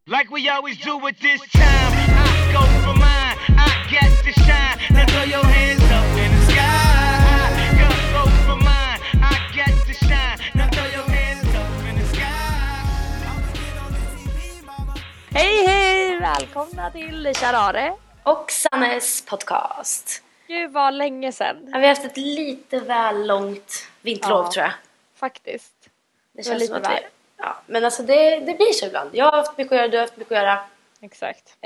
Like we always do at this time, I go for mine, I get to shine. Now throw your hands up in the sky. I go for mine, I get to shine. Now throw your hands up in the sky. Hej hej! Välkomna till Charare och Sannes podcast. Gud vad länge sedan. Ja, vi har haft ett lite väl långt vinterlov tror jag. Faktiskt. Det känns lite som att ja, men alltså det blir så ibland. Jag har haft mycket att göra, du har haft mycket att göra. Exakt.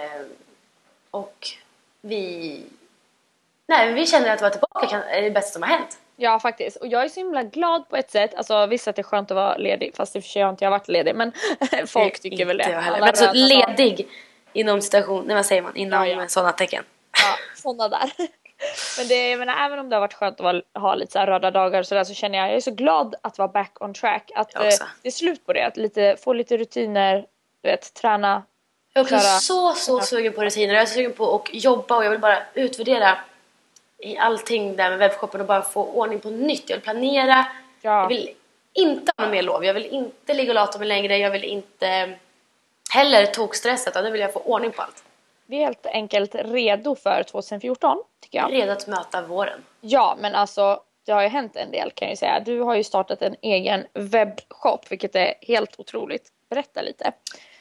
Och vi känner att vara tillbaka är det bästa som har hänt. Ja faktiskt. Och jag är så himla glad på ett sätt. Alltså visst att det är skönt att vara ledig. Fast i och för sig har inte jag varit ledig. Men folk tycker väl det. Men alltså ledig inom situation. Nej, vad säger man? Inom sådana tecken. Ja, sådana där. Men även om det har varit skönt att ha lite så här röda dagar så känner jag är så glad att vara back on track. Att det är slut på det. Att få lite rutiner, du vet, träna. Jag är också så sugen på rutiner. Jag är sugen på att jobba och jag vill bara utvärdera i allting där med webbshoppen och bara få ordning på nytt. Jag vill planera. Ja. Jag vill inte ha mer lov. Jag vill inte ligga och lata mig längre. Jag vill inte heller tokstressa, utan nu vill jag få ordning på allt. Vi är helt enkelt redo för 2014, tycker jag. Redo att möta våren. Ja, men alltså det har ju hänt en del kan jag säga. Du har ju startat en egen webbshop, vilket är helt otroligt. Berätta lite.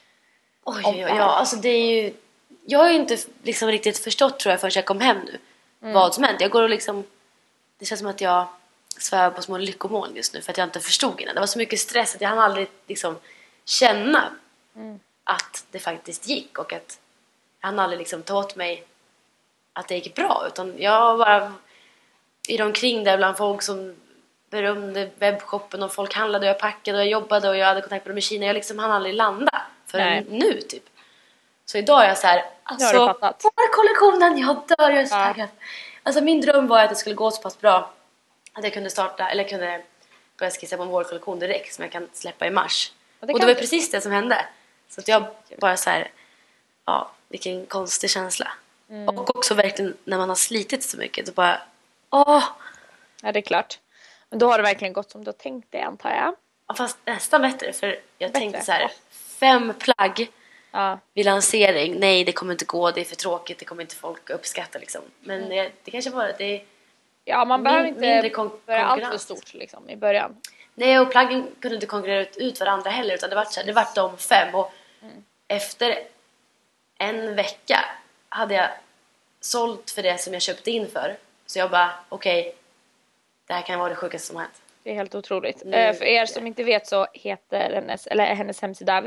Ja, alltså det är ju... Jag har ju inte liksom riktigt förstått tror jag förrän jag kom hem nu. Vad som hänt. Jag går och liksom... Det känns som att jag svävar på små lyckomoln just nu för att jag inte förstod innan. Det var så mycket stress att jag hann aldrig liksom känna att det faktiskt gick och att jag hann aldrig liksom ta åt mig att det gick bra, utan jag bara i omkring där bland folk som berömde webbshoppen och folk handlade och jag packade och jag jobbade och jag hade kontakt med dem i Kina. Jag liksom hann aldrig landa för nu typ. Så idag är jag så här, alltså vårkollektionen, jag dör, jag är så taggad. Alltså min dröm var att det skulle gå så pass bra att jag kunde starta eller kunde börja skissa på en vårkollektion direkt som jag kan släppa i mars. Och det var precis det som hände. Så att jag bara så här, vilken konstig känsla. Och också verkligen när man har slitit så mycket så bara, Ja, det är klart. Men då har det verkligen gått som du har tänkt det, antar jag. Ja, fast nästan bättre. För jag tänkte så här, 5 plagg vid lansering. Nej, det kommer inte gå, det är för tråkigt, det kommer inte folk uppskatta liksom. Men det kanske var det. Ja, man behöver inte börja allt för stort liksom, i början. Nej, och plaggen kunde inte konkurrera ut varandra heller. Utan det var de 5. Och efter en vecka hade jag sålt för det som jag köpte in för. Så jag bara, okej, det här kan vara det sjukaste som har hänt. Det är helt otroligt. För er som inte vet så heter hennes hemsida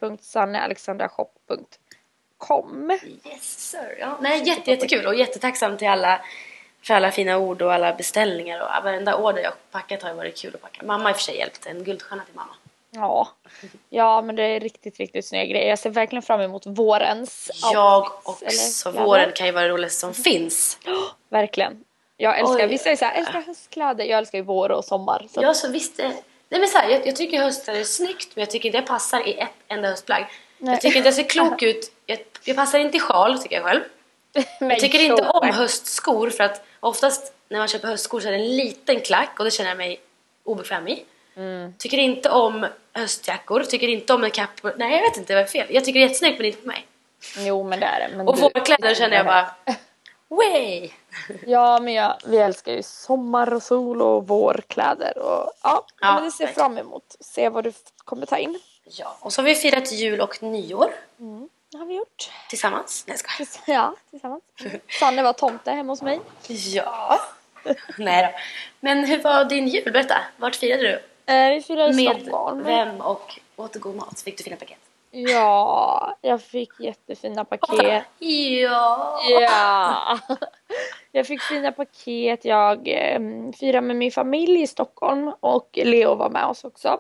www.sannealexandrashop.com. Yes sir. Ja, nej, jättekul och jättetacksam till alla för alla fina ord och alla beställningar och varenda order jag packat har varit kul att packa. Mamma i och för sig hjälpte, en guldstjärna till mamma. Ja, men det är riktigt snygg grej. Jag ser verkligen fram emot vårens. Jag också. Våren kan ju vara det roligaste som finns. Verkligen. Jag älskar, vissa är så här, älskar höstkläder. Jag älskar ju vår och sommar. Så. Ja, så visst. Nej, men så här, jag tycker höst är snyggt, men jag tycker inte jag passar i ett enda höstplagg. Nej. Jag tycker inte jag ser klok ut. Jag passar inte i sjal, tycker jag själv. Jag tycker inte om höstskor, för att oftast när man köper höstskor så är det en liten klack och det känner jag mig obekväm i. Tycker inte om höstjackor, tycker inte om en kapp. Nej, jag vet inte, vad är fel. Jag tycker det är jättesnyggt, men inte på mig. Jo, men det är det. Men och vårkläder känner jag bara way. Ja, men vi älskar ju sommar och sol och vårkläder och men det ser fram emot. Se vad du kommer ta in. Ja, och så har vi firat jul och nyår. Det har vi gjort. Tillsammans? Nej, ska jag. Ja, tillsammans. Sanne var tomte hemma hos mig. Ja. Nej då. Men hur var din jul? Berätta. Vart firade du? Vi firade i Stockholm. Med vem och åt god mat? Fick du fina paket? Ja, jag fick jättefina paket. Ja. Jag fick fina paket. Jag firade med min familj i Stockholm och Leo var med oss också.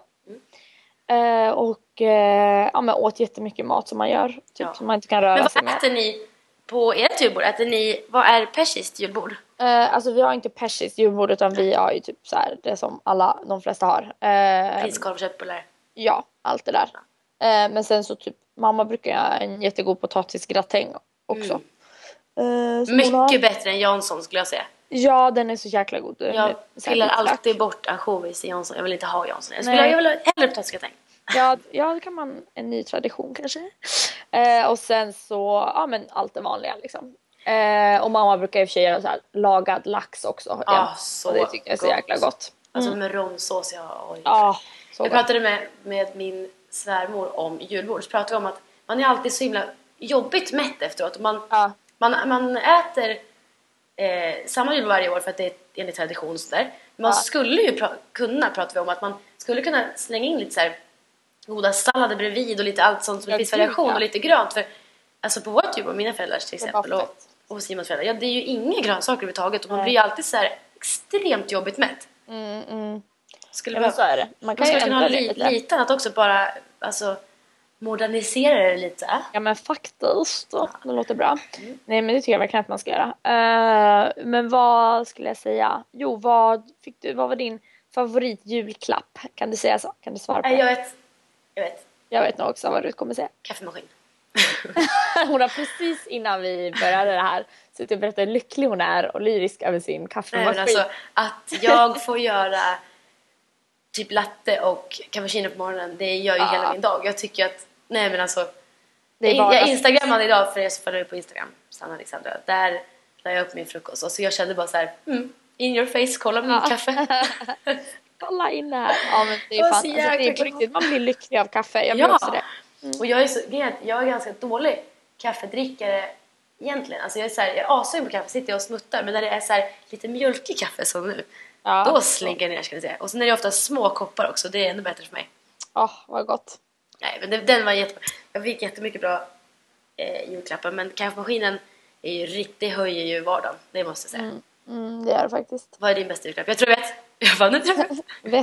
Men åt jättemycket mat som man gör. Typ som man inte kan röra sig med. Men vad äter ni på ert julbord? Vad är persiskt julbord? Alltså vi har inte persiskt julbord, utan vi har ju typ så här, det som de flesta har. Prinskorv, köttbullar. Ja, allt det där. Men sen så typ mamma brukar göra en jättegod potatisgratäng också. Mycket bättre än Jansson skulle jag säga. Ja, den är så jäkla god. Jag pillar alltid bort ansjovis i Jansson. Jag vill inte ha Jansson. Jag vill hellre potatisgratäng. Ja, då kan man en ny tradition kanske. Och sen så, ja men allt det vanliga liksom. Och mamma brukar i och för sig göra så här lagad lax också. Så och det tycker jag är så jäkla gott. Alltså med romsås, jag gott. pratade med min svärmor om julbord. Så pratade vi om att man är alltid så himla jobbigt mätt efteråt. Man äter samma jul varje år för att det är enligt tradition så där. Man skulle ju prata vi om att man skulle kunna slänga in lite så här goda sallader bredvid och lite allt sånt som det finns variation och lite grönt. För alltså på vårt jul och mina föräldrars till exempel och hos Simons föräldrar, det är ju inga grönsaker överhuvudtaget och man blir ju alltid så här extremt jobbigt mätt. Men så är det. Man skulle kunna ha lite att också bara alltså modernisera det lite. Ja men faktiskt, det låter bra. Nej men det tycker jag verkligen att man ska göra. Men vad skulle jag säga? Jo, vad var din favorit julklapp? Kan du säga så? Kan du svara på? Jag vet. Jag vet nog också vad du kommer säga. Kaffemaskin. Hon har precis innan vi började det här suttit och berättat hur lycklig hon är och lyrisk över sin kaffemaskin. Nej, men alltså att jag får göra typ latte och cappuccino på morgonen, det gör ju hela min dag. Jag tycker att, nej men alltså jag instagrammade idag för er som följer på Instagram, Sanna Alexandra. Där la jag upp min frukost och så jag kände bara så här, in your face, kolla min kaffe. Kolla in det här. Ja men det är fan, alltså, det är på riktigt, man blir lycklig av kaffe. Jag blir också det. Och jag är ganska dålig kaffedrickare egentligen. Alltså jag är asugen på kaffe, sitter jag och smuttar. Men när det är så här lite mjölkig kaffe som nu, då slänger jag ner, ska jag säga. Och sen är det ofta små koppar också, det är ännu bättre för mig. Vad gott. Nej, men den var jättebra. Jag fick jättemycket bra julklappar. Men kaffemaskinen är ju det höjer ju vardagen, det måste jag säga. Det är det faktiskt. Vad är din bästa julklapp? Jag tror jag vet. Jag vann inte.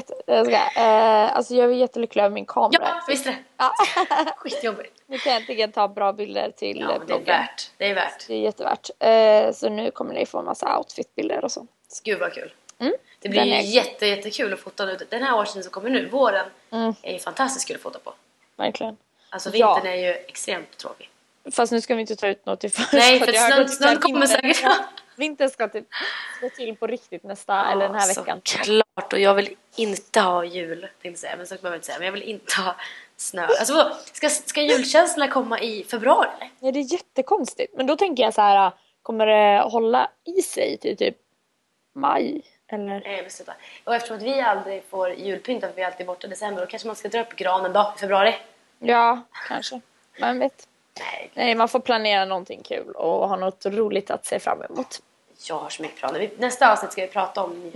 Alltså jag är jättelycklig över min kamera. Ja, visst det. Skitjobbigt. Nu kan jag äntligen ta bra bilder till bloggen. Det är värt. Det är jättevärt. Så nu kommer ni få en massa outfitbilder och så. Gud vad kul. Det blir ju jättekul att fota nu. Den här årstiden som kommer nu, våren, är ju fantastiskt kul att fota på. Verkligen. Alltså vintern är ju extremt tråkig. Fast nu ska vi inte ta ut något i förskott. Nej, för snön kommer säkert. Vintern ska till på riktigt eller den här veckan. Klart, och jag vill inte ha jul, tänkte jag säga, men så behöver jag inte säga. Men jag vill inte ha snö. Alltså ska julkänslorna komma i februari? Ja, det är jättekonstigt. Men då tänker jag så här, kommer det hålla i sig till typ maj? Eller? Nej, jag sluta. Och eftersom att vi aldrig får julpynta för vi är alltid borta i december, då kanske man ska dra upp granen då i februari. Ja, kanske. Man vet. Nej, man får planera någonting kul och ha något roligt att se fram emot. Jag har så mycket planer. Nästa avsnitt ska vi prata om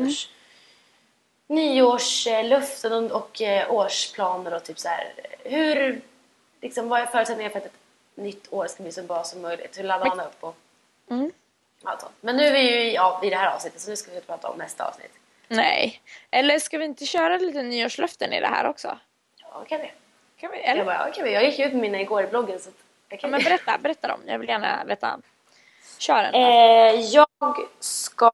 nyårsluften och årsplaner och typ så här. Hur, liksom, vad är förutsättningarna för att ett nytt år ska bli så bra som möjligt? Hur laddar man upp? Alltså. Men nu är vi ju i det här avsnittet, så nu ska vi prata om nästa avsnitt. Nej. Eller ska vi inte köra lite nyårslöften i det här också? Ja, kan vi. Eller? Jag gick ut med mina igår i bloggen. Så men berätta dem. Jag vill gärna veta. Kör den. Jag ska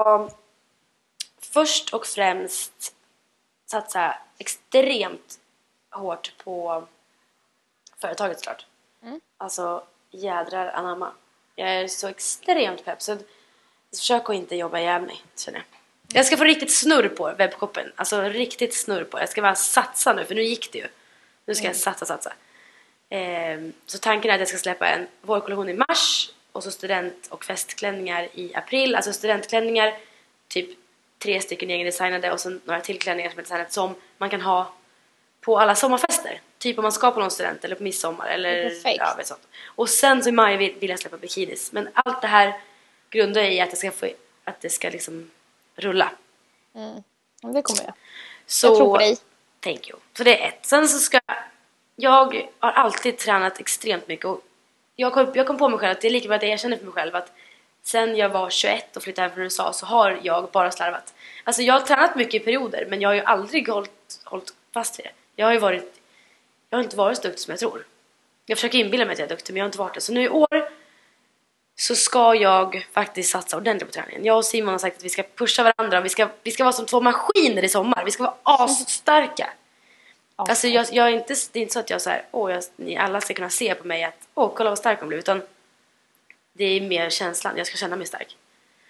först och främst satsa extremt hårt på företaget såklart. Alltså jädrar anamma. Jag är så extremt pepp, så försök att inte jobba ihjäl mig, känner jag. Jag ska få riktigt snurr på webbshoppen. Alltså riktigt snurr på. Jag ska bara satsa nu, för nu gick det ju. Nu ska jag satsa. Så tanken är att jag ska släppa en vårkollektion i mars. Och så student- och festklänningar i april. Alltså studentklänningar, typ 3 stycken egendesignade. Och sen några till klänningar som är designat som man kan ha på alla sommarfester. Typ om man ska på någon student eller på midsommar. Eller vet sånt. Och sen så i maj vill jag släppa bikinis. Men allt det här grundar i att det ska liksom rulla. Det kommer jag. Så, jag tror på dig. Thank you. Så det är ett. Sen så ska jag har alltid tränat extremt mycket. Och jag kom på mig själv att det är lika bra att jag erkänner för mig själv att sen jag var 21 och flyttade hem från USA så har jag bara slarvat. Alltså jag har tränat mycket i perioder, men jag har ju aldrig hållit fast vid det. Jag har inte varit så duktig som jag tror. Jag försöker inbilla mig att jag är duktig, men jag har inte varit det. Så nu i år så ska jag faktiskt satsa ordentligt på träningen. Jag och Simon har sagt att vi ska pusha varandra. Vi ska vara som 2 maskiner i sommar. Vi ska vara asstarka. Alltså jag är inte, det är inte så att jag så här, ni alla ska kunna se på mig att kolla vad stark man blir, utan det är mer känslan, jag ska känna mig stark.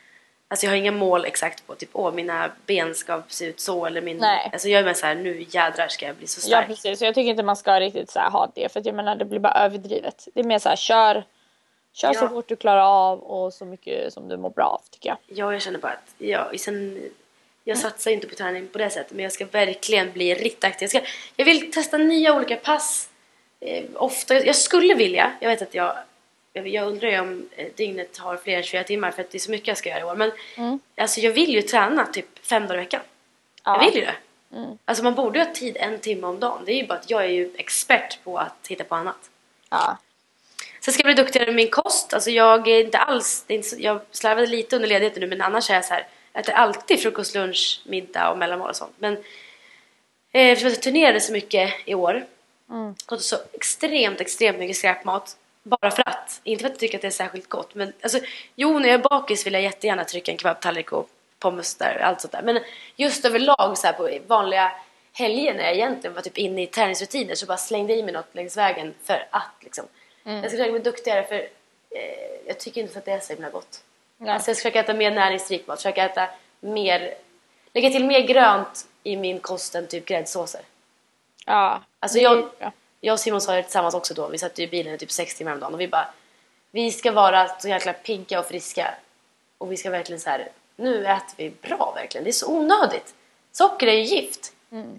Alltså jag har inga mål exakt på typ mina ben ska se ut så eller alltså jag är med så här, nu jädrar ska jag bli så stark. Ja precis, så jag tycker inte man ska riktigt så här ha det, för att jag menar det blir bara överdrivet. Det är mer så här, kör så fort du klarar av och så mycket som du mår bra av, tycker jag. Ja, jag känner bara att jag satsar inte på träning på det sättet, men jag ska verkligen bli riktigt aktiv. Jag vill testa nya olika pass ofta. Jag skulle vilja, jag vet att jag undrar ju om dygnet har fler än 24 timmar för att det är så mycket jag ska göra i år. Men alltså jag vill ju träna typ 5 dagar i veckan. Ja. Jag vill ju det. Alltså man borde ju ha tid 1 timme om dagen. Det är ju bara att jag är ju expert på att hitta på annat. Ja. Sen ska jag bli duktigare med min kost. Alltså jag är inte alls... jag slarvade lite under ledigheten nu, men annars är jag så här... Jag äter alltid frukost, lunch, middag och mellanmål och sånt. Men eftersom jag turnerade så mycket i år och så extremt mycket skräpmat. Bara för att. Inte för att jag tycker att det är särskilt gott. Men alltså, när jag är bakis vill jag jättegärna trycka en kebabtallrik och pommes där, allt sånt där. Men just överlag så här på vanliga helger när jag egentligen var typ inne i träningsrutiner så bara slängde i mig något längs vägen för att liksom. Jag ska försöka bli duktigare för jag tycker inte att det är så himla gott. Alltså jag ska försöka äta mer näringsrik mat, försöka äta mer, lägga till mer grönt i min kost än typ gräddsåser. Ja. Alltså jag och Simon sa det tillsammans också då. Vi satt i bilen i typ 6 timmar om dagen och vi ska vara så jäkla pigga och friska. Och vi ska verkligen så här, nu äter vi bra verkligen. Det är så onödigt. Socker är ju gift.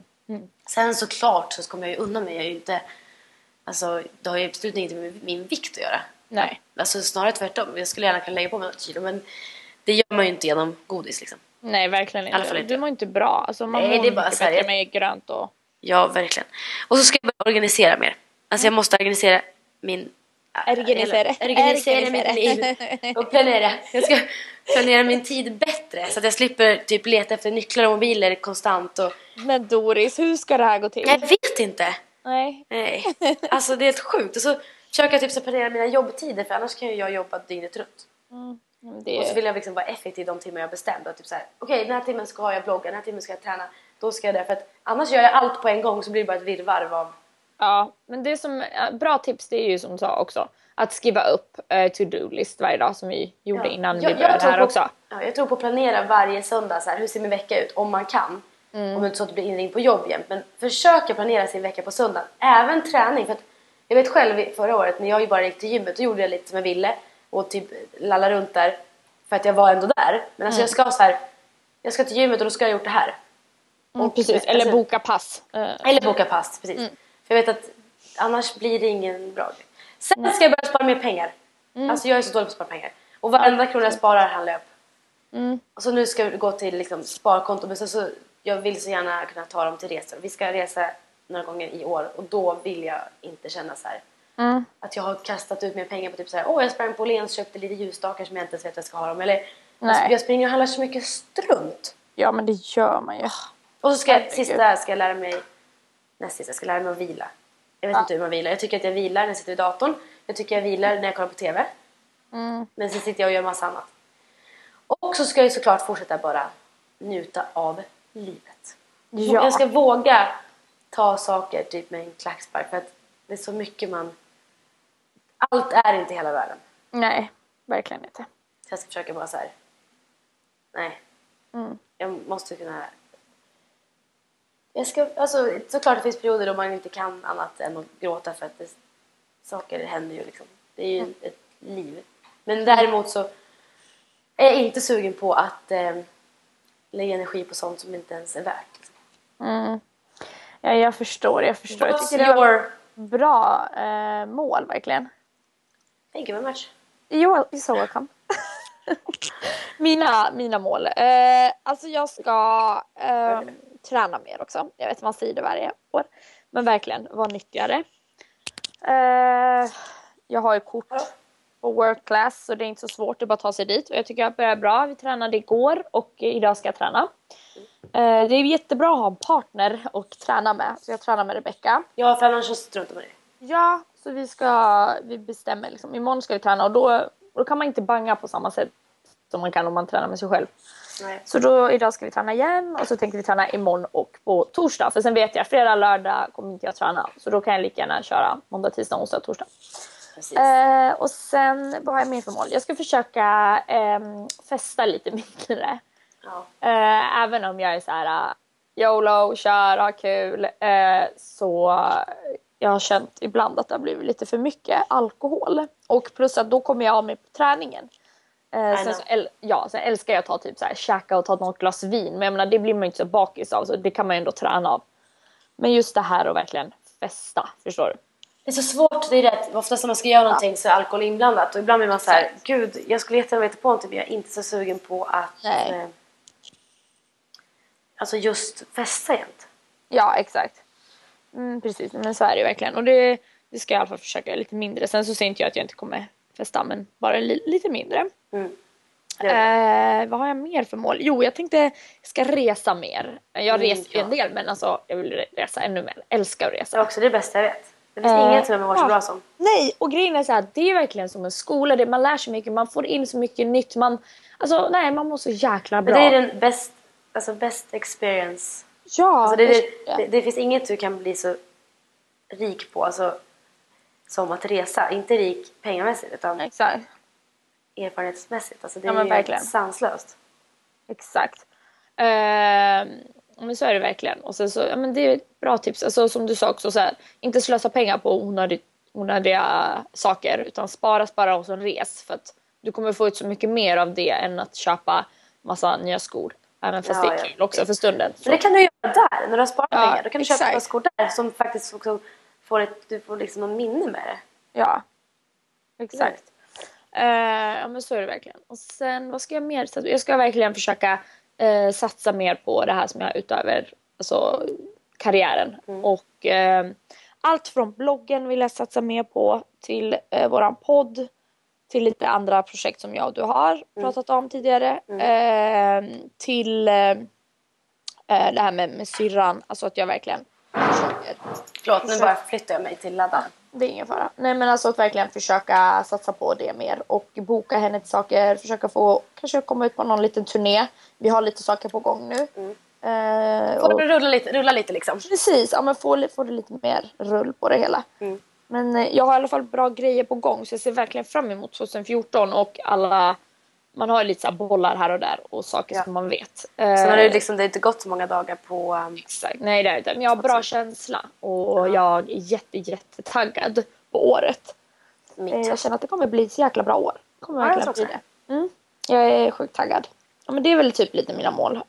Sen såklart så kommer jag ju undan mig. Jag är ju inte, alltså det har ju absolut inget med min vikt att göra. Nej. Alltså snarare tvärtom. Jag skulle gärna kunna lägga på mig något kilo, men det gör man ju inte genom godis liksom. Nej, verkligen inte. Du mår inte bra. Alltså man mår det är bara så här, bättre med grönt och... Ja, verkligen. Och så ska jag börja organisera mer. Alltså jag måste organisera min... Organisera mitt liv. Och planera. Jag ska planera min tid bättre. Så att jag slipper typ leta efter nycklar och mobiler konstant. Men Doris, hur ska det här gå till? Jag vet inte. Nej. Alltså det är ett sjukt. Och så försöker jag typ så planera mina jobbtider. För annars kan ju jag jobba dygnet runt. Och så vill jag liksom vara effektiv de timmar jag bestämde. Typ såhär, okej, den här timmen ska jag blogga, den här timmen ska jag träna. Då ska jag det. För att annars gör jag allt på en gång så blir det bara ett virrvarr av... Ja, men det som bra tips, det är ju som du sa också, att skriva upp to-do-list varje dag som vi gjorde innan vi började här också. Ja, jag tror på att planera varje söndag så här, hur ser min vecka ut om man kan. Om det inte så att du blir inringd på jobb jämt. Men försöka planera sin vecka på söndag. Även träning. För att jag vet själv förra året när jag ju bara gick till gymmet, då gjorde jag lite som jag ville. Och typ lalla runt där. För att jag var ändå där. Men alltså jag ska så här, jag ska till gymmet och då ska jag ha gjort det här. Och, precis, eller alltså, boka pass. Eller boka pass, precis. För jag vet att annars blir det ingen bra grej. Sen ska jag börja spara mer pengar. Alltså jag är så dålig på att spara pengar. Och varenda krona jag sparar handlar jag upp. Och så nu ska jag gå till liksom, sparkonto. Men så jag vill så gärna kunna ta dem till resor. Vi ska resa några gånger i år. Och då vill jag inte känna så här. Att jag har kastat ut mer pengar på typ så här. Jag sprang på Åhléns, köpte lite ljusstakar som jag inte ens vet vad jag ska ha dem. Eller alltså, jag springer och handlar så mycket strunt. Ja, men det gör man ju. Och så ska jag lära mig. Näst sista ska jag lära mig att vila. Jag vet inte hur man vilar. Jag tycker att jag vilar när jag sitter vid datorn. Jag tycker jag vilar när jag kollar på TV. Men sen sitter jag och gör massa annat. Och så ska jag såklart fortsätta bara njuta av livet. Ja. Jag ska våga ta saker typ med en klackspark. För att det är så mycket allt är inte hela världen. Nej, verkligen inte. Så jag ska försöka bara så här. Nej. Jag måste kunna... Alltså, såklart det finns perioder då man inte kan annat än att gråta för att saker händer ju liksom. Det är ju ett liv. Men däremot så är jag inte sugen på att lägga energi på sånt som inte ens är värt. Liksom. Ja, jag förstår. Jag tycker det var bra mål, verkligen. Thank you very much. You're so welcome. mina mål. Alltså jag ska träna mer också. Jag vet man säger det varje år. Men verkligen vara nyttigare. Jag har ju kort på work class. Så det är inte så svårt att bara ta sig dit. Och jag tycker jag börjar bra. Vi tränade igår och idag ska jag träna. Det är jättebra att ha en partner och träna med. Så jag tränar med Rebecca. Ja, för annars så struntar man det. Ja, så vi bestämmer liksom. Imorgon ska vi träna och då kan man inte banga på samma sätt som man kan om man tränar med sig själv. Nej. Så idag ska vi träna igen och så tänker vi träna imorgon och på torsdag. För sen vet jag, fredag, lördag kommer inte jag träna. Så då kan jag lika gärna köra måndag, tisdag, onsdag, torsdag. Precis. Och sen, vad har jag mer för mål? Jag ska försöka festa lite mindre. Ja. Även om jag är så här YOLO, kör, ha kul. Så jag har känt ibland att det har blivit lite för mycket alkohol. Och plus att då kommer jag av mig på träningen. Sen älskar jag att ta typ så här, käka och ta något glas vin. Men jag menar, det blir man inte så bakis av. Så det kan man ju ändå träna av. Men just det här att verkligen festa, förstår du? Det är så svårt, det är rätt. Oftast när man ska göra någonting så är alkohol inblandat. Och ibland blir man så här, gud, jag skulle jättegärna veta på någonting. Men jag är inte så sugen på att alltså just festa jämt. Ja, exakt. Precis, men så är det ju verkligen. Och det ska jag i alla fall försöka lite mindre. Sen så säger inte jag att jag inte kommer festa, men bara lite mindre. Vad har jag mer för mål? Jo, jag tänkte jag ska resa mer. Jag reser ju en del, men alltså, jag vill resa ännu mer. Älskar att resa. Det är också det bästa jag vet. Det finns inget som jag har varit så bra som. Nej, och grejen är så här, det är verkligen som en skola. Man lär sig mycket, man får in så mycket nytt. Man mår så jäkla bra. Men det är den best experience. Ja. Alltså det finns inget du kan bli så rik på, alltså, som att resa. Inte rik pengamässigt, utan exakt. Erfarenhetsmässigt. Alltså det är ju verkligen sanslöst. Exakt. Men så är det verkligen. Och sen så, men det är ett bra tips. Alltså, som du sa också, så här, inte slösa pengar på onödiga saker. Utan spara och så res. För att du kommer få ut så mycket mer av det än att köpa massa nya skor. Även fast det är kul också för stunden. Så. Men det kan du göra där, när du har sparat pengar. Då kan du köpa ett skor där som faktiskt också du får liksom någon minne med det. Ja, exakt. Men så är det verkligen. Och sen, vad ska jag mer? Jag ska verkligen försöka satsa mer på det här som jag utöver karriären. Och allt från bloggen vill jag satsa mer på till våran podd. Till lite andra projekt som jag och du har pratat om tidigare. Till det här med syrran. Alltså att jag verkligen försöker. Förlåt, nu bara flyttar jag mig till laddan. Det är ingen fara. Nej, men alltså att verkligen försöka satsa på det mer. Och boka henne till saker. Försöka få, kanske komma ut på någon liten turné. Vi har lite saker på gång nu. Får det rulla lite liksom. Precis, ja, men få det lite mer rull på det hela. Men jag har i alla fall bra grejer på gång. Så jag ser verkligen fram emot 2014. Och man har lite så här bollar här och där. Och saker som man vet. Så när det är inte gått så många dagar på... Exakt, nej det är inte. Men jag har bra känsla. Och jag är jättetaggad på året. Jag känner att det kommer bli ett jäkla bra år. Det kommer verkligen bli det. Jag är sjukt taggad. Ja, men det är väl typ lite mina mål.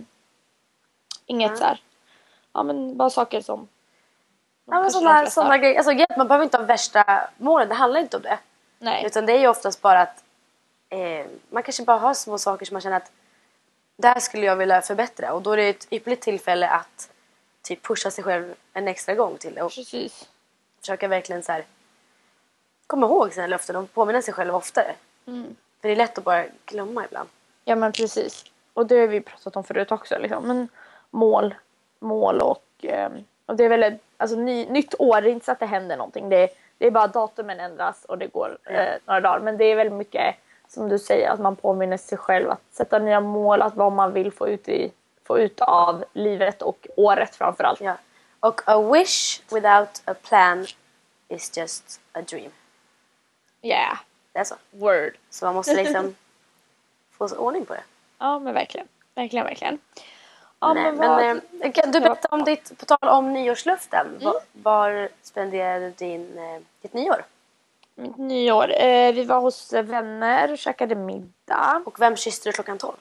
Inget så här. Ja, men bara saker som... Ja, men sådana grejer. Alltså, man behöver inte ha värsta målen. Det handlar inte om det. Nej. Utan det är ju oftast bara att man kanske bara har små saker som man känner att där skulle jag vilja förbättra. Och då är det ett ypperligt tillfälle att typ pusha sig själv en extra gång till det. Och försöka verkligen så här komma ihåg sina löften och påminna sig själv oftare. För det är lätt att bara glömma ibland. Ja, men precis. Och det har vi pratat om förut också. Liksom. Men mål och det är väl alltså, nytt år. Det är inte så att det händer någonting. Det är bara datumen ändras och det går några dagar. Men det är väldigt mycket, som du säger, att man påminner sig själv att sätta nya mål. Att vad man vill få ut av livet och året framförallt. Ja. Och a wish without a plan is just a dream. Yeah. Det är så. Word. Så man måste liksom få ordning på det. Ja, men verkligen. Verkligen. Ja, men kan du berätta om på tal om nyårslöften. Var spenderade du ditt nyår? Mitt nyår? Vi var hos vänner och käkade middag. Och vem kysste du klockan 12?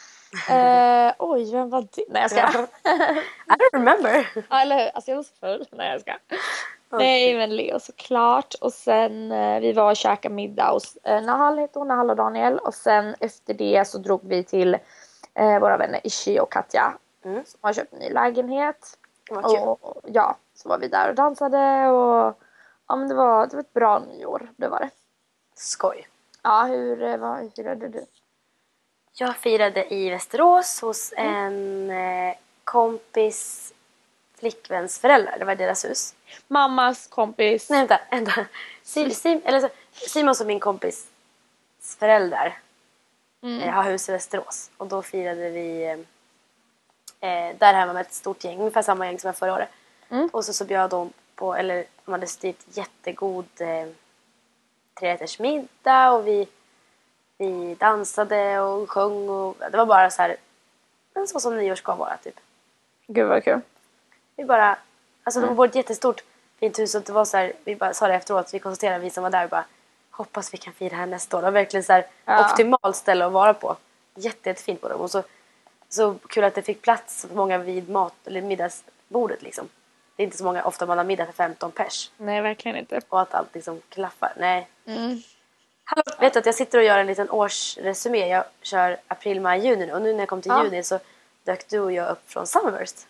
Oj, vem var det? Nej, jag ska. I don't remember. Eller hur? Alltså jag var så full. Nej, jag ska. Okay. Nej, men Leo såklart. Och sen vi var och käkade middag hos Nahal heter hon, Nahal och Daniel. Och sen efter det så drog vi till våra vänner Ishi och Katja. Som har köpt en ny lägenhet. Och ja, så var vi där och dansade. Och ja, men det var ett bra nyår. Det var det. Skoj. Ja, hur firade du? Jag firade i Västerås hos en kompis flickväns föräldrar. Det var deras hus. Mammas kompis. Nej, vänta. Simon som min kompis föräldrar har hus i Västerås. Och då firade vi där hemma med ett stort gäng. Ungefär samma gäng som jag förra året. Och så bjöd de på, eller de hade styrt jättegod 3-rätters middag och vi dansade och sjöng och det var bara så här en så som nyår ska vara typ. Gud vad kul. Vi bara, alltså det var ett jättestort fint hus och det var så här, vi bara sa det efteråt, vi konstaterade vi som var där bara hoppas vi kan fira här nästa år. Det var verkligen så här optimalt ställe att vara på. Jättefint på dem och så kul att det fick plats många vid mat eller middagsbordet liksom. Det är inte så många ofta man har middag för 15 pers. Nej, verkligen inte. Och att allt liksom klaffar. Nej. Hallå, vet du att jag sitter och gör en liten årsresumé. Jag kör april, maj, juni nu. Och nu när jag kom till juni så dök du och jag upp från Summerburst.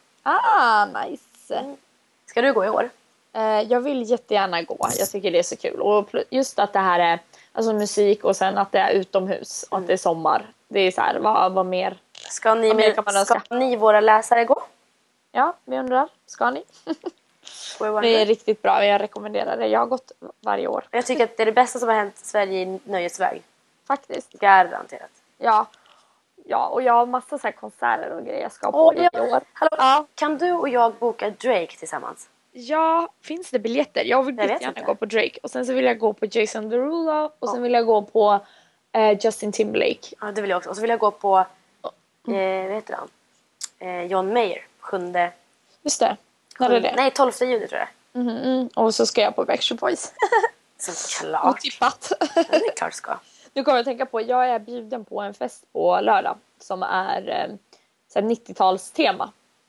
Nice. Ska du gå i år? Jag vill jättegärna gå. Jag tycker det är så kul. Och just att det här är alltså musik och sen att det är utomhus och att det är sommar. Det är så här, vad mer? Ska ni våra läsare gå? Ja, vi undrar. Ska ni? Det är riktigt bra. Jag rekommenderar det. Jag har gått varje år. Jag tycker att det är det bästa som har hänt Sverige i nöjesväg. Faktiskt. Garanterat. Ja, och jag har massa så här konserter och grejer jag ska på i år. Hallå, kan du och jag boka Drake tillsammans? Ja, finns det biljetter? Jag vill gärna gå på Drake. Och sen så vill jag gå på Jason Derulo. Och sen vill jag gå på Justin Timberlake. Ja, det vill jag också. Och så vill jag gå på vad heter han? John Mayer, 7. Just det. När är det? Nej, 12 juni tror jag. Och så ska jag på Backstreet Boys. Såklart. Otippat. Ja, det är klart ska. Nu kommer jag att tänka på, jag är bjuden på en fest på lördag. Som är 90-talstema.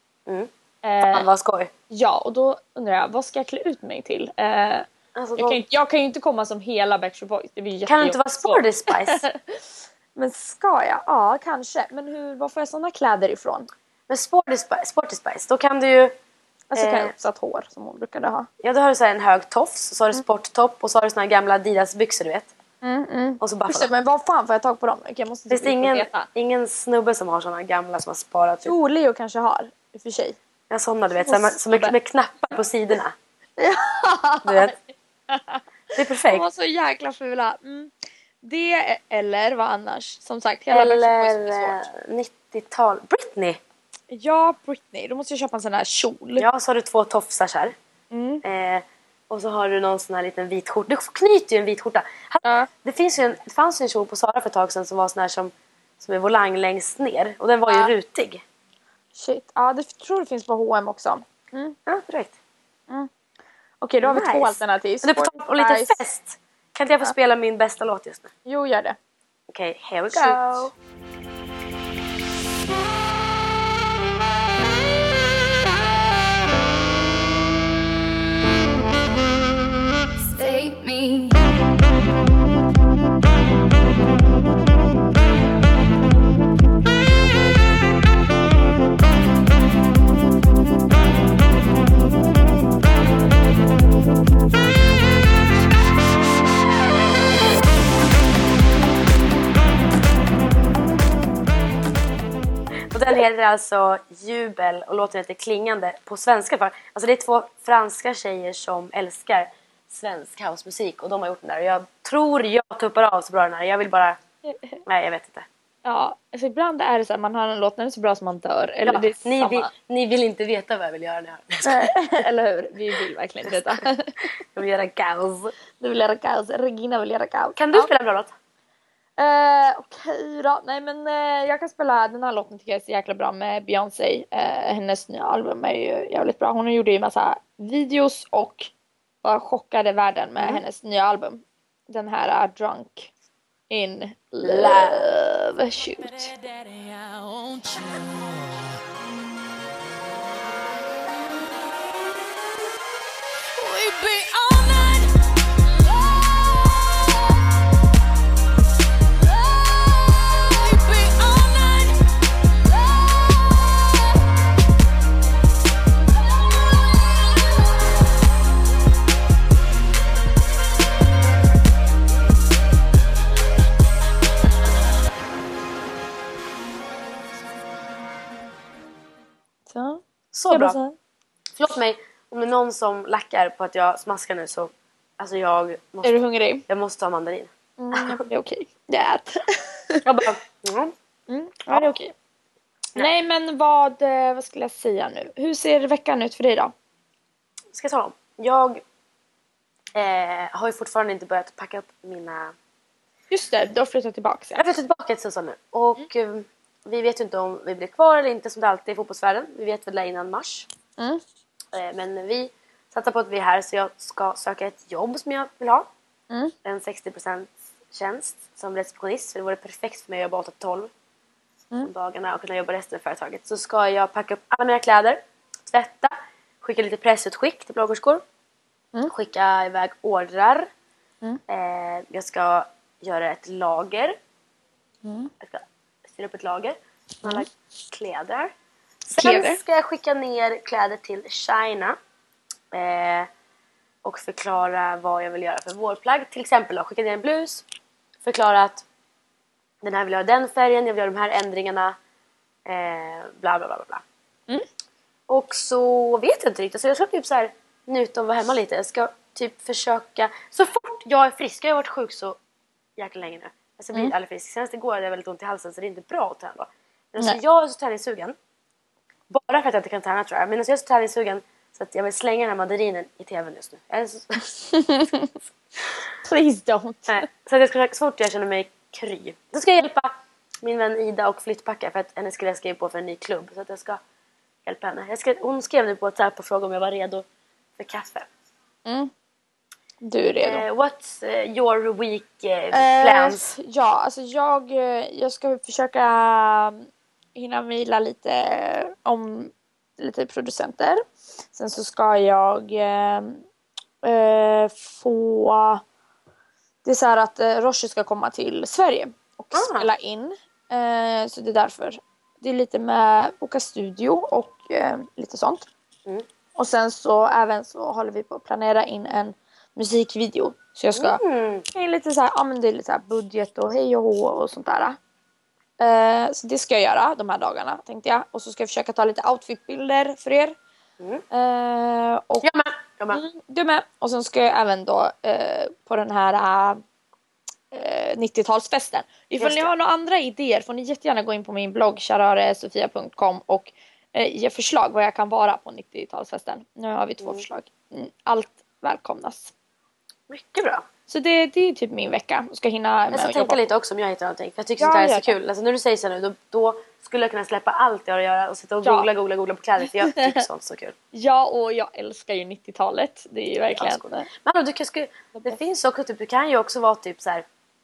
Fan vad skoj. Ja, och då undrar jag, vad ska jag klä ut mig till? Alltså, jag kan ju inte komma som hela Backstreet Boys. Det blir kan du inte vara Sporty Spice? Men ska jag? Ja, kanske. Men var får jag såna kläder ifrån? Men Sporty Spice, då kan du ju... Alltså kan jag också ha ett hår som hon brukade ha. Ja, då har du så här en hög tofs, så har du sporttopp och så har du såna här gamla Adidas-byxor, du vet. Och så buffalo. Men vad fan får jag tag på dem? Jag måste finns det ingen snubbe som har såna gamla som har sparat? Typ. Jo, Leo kanske har, i och för sig. Ja, såna du vet, som med knappar på sidorna. Du vet. Det är perfekt. De var så jäkla fula. Det eller vad annars? Som sagt, hela eller 90-tal. Britney. Ja, Britney. Då måste jag köpa en sån här kjol. Ja, så har du 2 tofsar här. Och så har du någon sån här liten vit skjorta. Du knyter ju en vit skjorta. Det fanns ju en kjol på Sara för ett tag sedan som var sån här som är volang längst ner. Och den var ju rutig. Shit. Ja, det tror det finns på H&M också. Ja, direkt. Okej, då har vi 2 alternativ. Och lite fest. Kan inte jag få spela min bästa låt just nu? Jo, gör det. Okej, here we go. Save me. Och den heter alltså Jubel och låten heter Klingande på svenska. Alltså det är 2 franska tjejer som älskar svensk housemusik och de har gjort den där. Och jag tror jag tuppar av så bra den här. Jag vill bara... Nej, jag vet inte. Ja, för ibland är det så att man har en låt när den är så bra som man dör. Eller ja, det är ni vill inte veta vad jag vill göra nu. Eller hur? Vi vill verkligen inte veta. Jag vill göra kaos. Du vill göra kaos. Regina vill göra kaos. Kan du spela en bra låt? Okej då. Nej, men jag kan spela den här låten, tycker jag är så jäkla bra, med Beyoncé. Hennes nya album är ju jävligt bra. Hon gjorde ju massa videos och bara chockade världen med hennes nya album. Den här Drunk in Love. Shoot. Så bra. Förlåt mig om det är någon som lackar på att jag smaskar nu, så alltså jag måste... Är du hungrig? Jag måste ha mandarin. Det är okej. Det är jag bara... Ja, det är okej. Nej, men vad skulle jag säga nu? Hur ser veckan ut för dig då? Ska jag tala om? Jag har ju fortfarande inte börjat packa upp mina... Just det, du har flyttat tillbaka. Jag har flyttat tillbaka till Sundsvall nu. Och vi vet ju inte om vi blir kvar eller inte, som det alltid är i fotbollsvärlden. Vi vet väl innan mars. Men vi satsar på att vi är här, så jag ska söka ett jobb som jag vill ha. En 60% tjänst som receptionist. Så det vore perfekt för mig att jobba 8-12 om dagarna och kunna jobba resten av företaget. Så ska jag packa upp alla mina kläder, tvätta, skicka lite pressutskick till bloggerskor. Skicka iväg ordrar. Jag ska göra ett lager. Jag ska styra upp ett lager. Alla kläder. Sen ska jag skicka ner kläder till China. Och förklara vad jag vill göra för vårplagg. Till exempel skicka ner en blus. Förklara att den här vill jag ha den färgen. Jag vill göra de här ändringarna. Bla bla bla bla. Och så vet jag inte riktigt. Så jag ska typ så här njuta och vara hemma lite. Jag ska typ försöka. Så fort jag är frisk. Jag har varit sjuk så jäkla länge nu. Alltså jag blir aldrig frisk. Senast igår hade jag väldigt ont i halsen. Så det är inte bra att träna då. Men alltså jag är så träningssugen. Bara för att jag inte kan träna, tror jag. Men alltså jag är så träningssugen så att jag vill slänga den här mandarinen i tvn just nu. Please don't. Nej, så att jag ska, så fort jag känner mig kry. Då ska jag hjälpa min vän Ida och flyttpacka. För att henne skulle jag skriva på för en ny klubb. Så att jag ska hjälpa henne. Hon skrev nu på WhatsApp och frågade om jag var redo för kaffe. Du är redo. What's your week plans? Ja, alltså jag ska försöka hinna mejla lite om lite producenter. Sen så ska jag få... Det är så här att Roche ska komma till Sverige och spela in. Så det är därför. Det är lite med boka studio och lite sånt. Och sen så även så håller vi på att planera in en musikvideo. Så jag ska lite så här, men det är lite så här budget och hej och hå och sånt där. Så det ska jag göra de här dagarna, tänkte jag. Och så ska jag försöka ta lite outfitbilder för er. Och jag med. Du med. Och sen ska jag även då på den här 90-talsfesten. Ifall ni har några andra idéer får ni jättegärna gå in på min blogg shararesofia.com och ge förslag vad jag kan vara på 90-talsfesten. Nu har vi 2 förslag. Allt välkomnas. Mycket bra. Så det är typ min vecka. Jag ska hinna jag ska tänka lite också om jag hittar någonting. För jag tycker sånt här är så kul. Alltså när du säger så nu, då skulle jag kunna släppa allt jag har att göra och sitta och googla på kläder. För jag tycker sånt så kul. Ja, och jag älskar ju 90-talet. Det är ju verkligen... Men det finns också typ, du kan ju också vara typ så här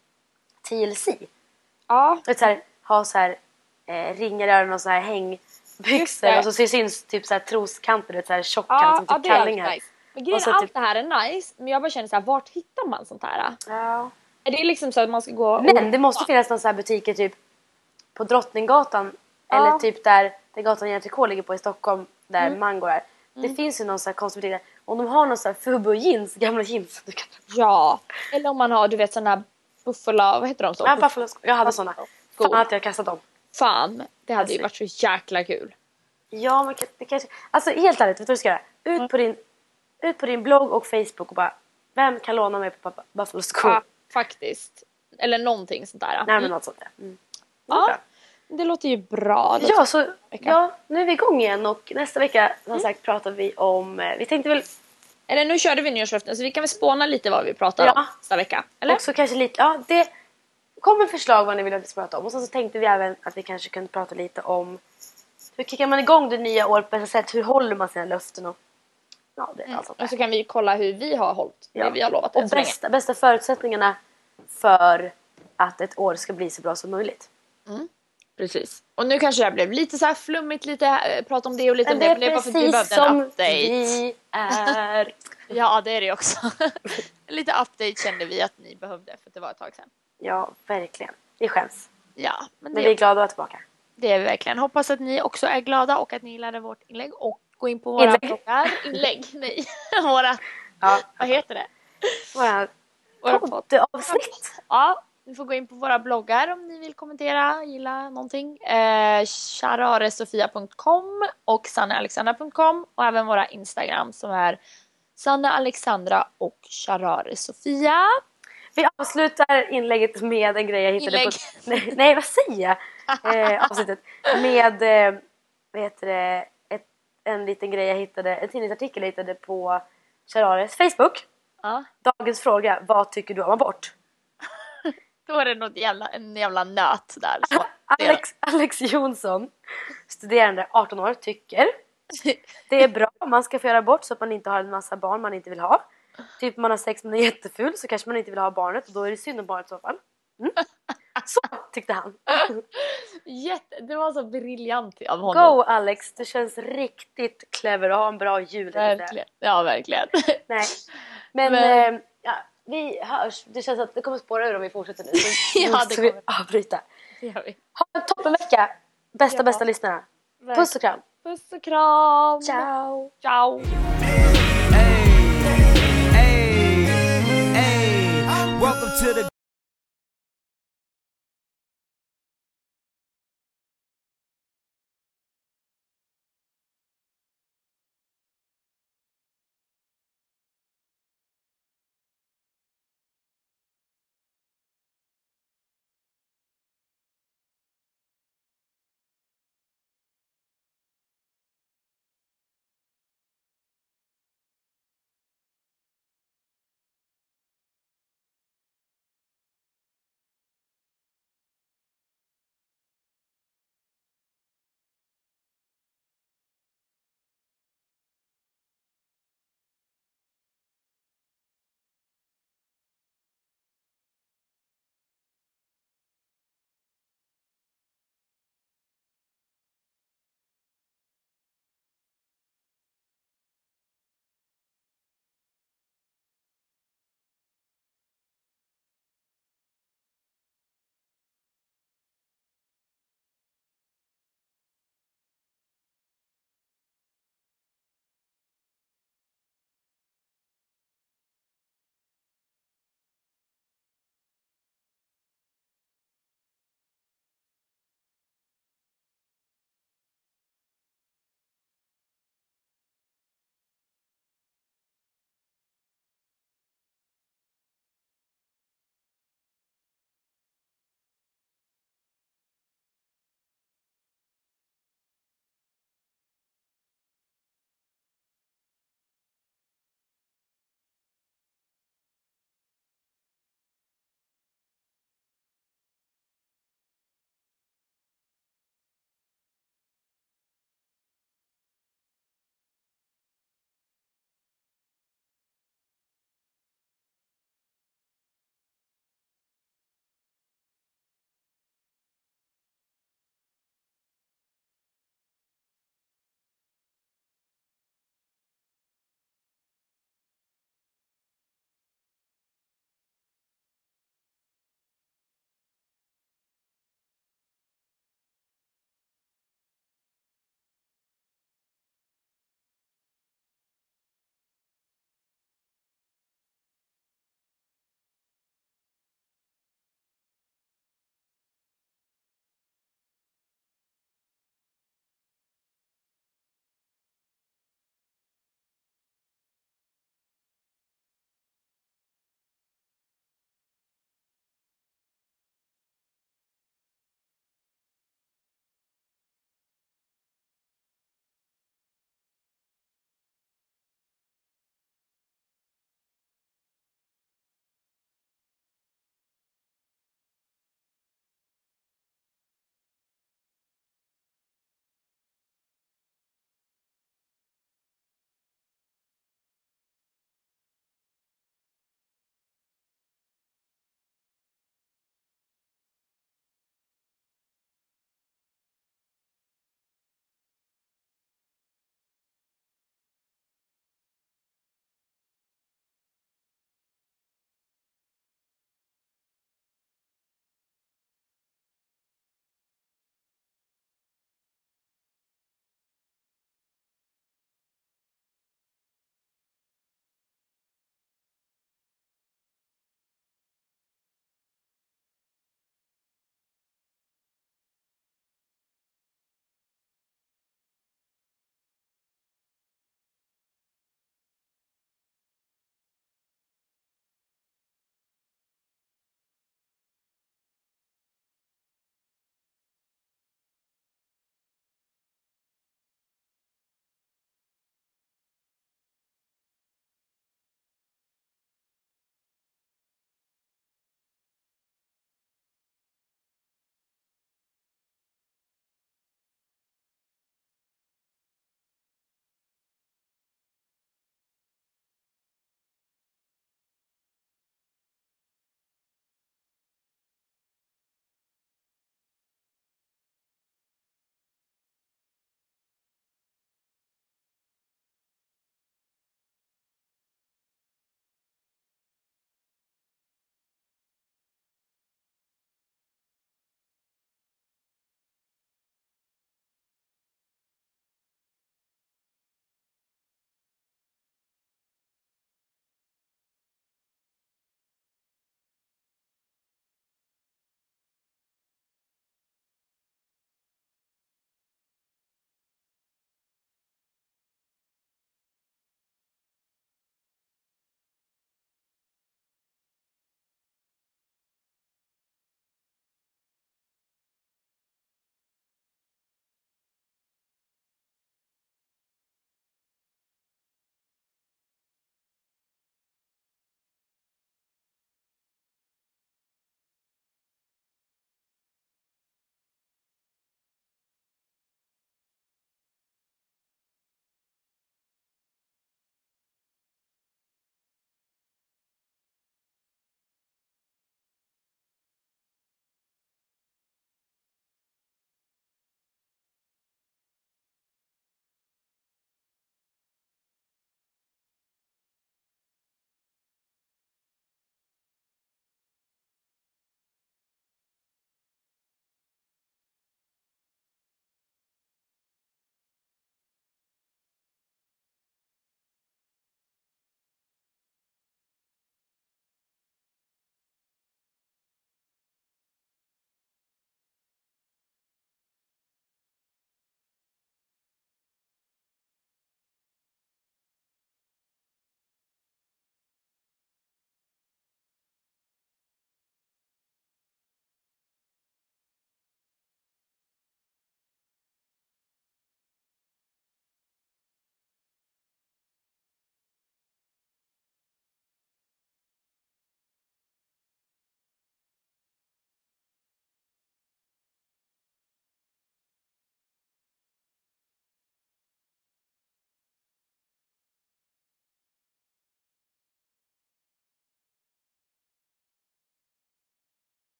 TLC. Ja. Så här, ha så här ringar i öronen och så här hängbyxor. Och så syns typ så här troskanter, så här tjockkant som typ kallingar. Nice. Men grejen är, allt det här är nice. Men jag bara känner så här, vart hittar man sånt här? Ja. Är det liksom så att man ska gå... Men det måste finnas någon så här butiker typ på Drottninggatan. Eller typ där gatan Järntrikå ligger på i Stockholm. Där Mango är. Det finns ju någon så här konstig butik där. Om de har någon så här Fubo jeans, gamla jeans. Du kan... Ja, eller om man har, du vet, såna här Buffalo, vad heter de så? Ja, Buffalo. Jag hade såna. Fan att jag kastat dem. Fan, det hade ju varit så jäkla kul. Ja, men det kanske... Alltså helt ärligt, vet du vad du ska göra? Ut på din blogg och Facebook och bara, vem kan låna mig på Buffalo skor? Ja, faktiskt. Eller någonting sånt där. Nej, men något sånt där. Ja, det låter ju bra. Ja, nu är vi igång igen och nästa vecka som sagt pratar vi om... Vi tänkte väl... Eller nu körde vi nyårslöften så vi kan väl spåna lite vad vi pratar om nästa vecka. Eller? Och så kanske lite... Ja, det kommer förslag vad ni vill att vi ska prata om. Och så tänkte vi även att vi kanske kunde prata lite om hur kickar man igång det nya året på bästa sätt? Hur håller man sina löften? Och ja, det är allt sånt där. Och så kan vi kolla hur vi har hållit det vi har lovat. Och bästa förutsättningarna för att ett år ska bli så bra som möjligt. Precis. Och nu kanske det blev lite så här flummigt, lite prata om det och lite om det. Men det är bara för att vi behövde en update. Vi är. Ja, det är det också. Lite update kände vi att ni behövde för att det var ett tag sedan. Ja, verkligen. Det skäms. Ja, men vi är glada att vara tillbaka. Det är vi verkligen. Hoppas att ni också är glada och att ni gillade vårt inlägg. Och gå in på våra bloggar. Nej. Vad heter det? Våra poddavsnitt. Ja, ni får gå in på våra bloggar om ni vill kommentera, gilla någonting. shararesofia.com och sannealexandra.com. Och även våra Instagram som är sannealexandra och shararesofia. Vi avslutar inlägget med en grej jag hittade på... Nej, vad säger jag? Avsnittet. Med, en liten grej jag hittade, en tidningsartikel jag hittade på Sharares Facebook. Ja. Dagens fråga, vad tycker du om abort? Då är det en jävla nöt där. Alex Jonsson, studerande 18 år, tycker det är bra om man ska få göra abort så att man inte har en massa barn man inte vill ha. Typ man har sex med en jättefull så kanske man inte vill ha barnet och då är det synd om barnet i så fall. Så tyckte han. Det var så briljant av honom. Go Alex, du känns riktigt clever och har en bra jul. Verkligen. Ja, verkligen. Nej. Men ja, vi hörs. Det känns att det kommer spåra ur om vi fortsätter nu. Så ja, det kommer. vi avbryta. Det gör vi. Ha en toppenvecka. Bästa lyssnarna. Puss och kram. Puss och kram. Ciao. Ciao. Welcome to the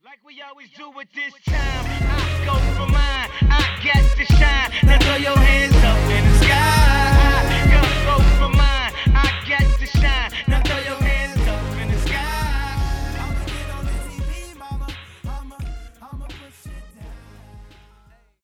Like we always do at this time, I go for mine, I get to shine. Now throw your hands up in the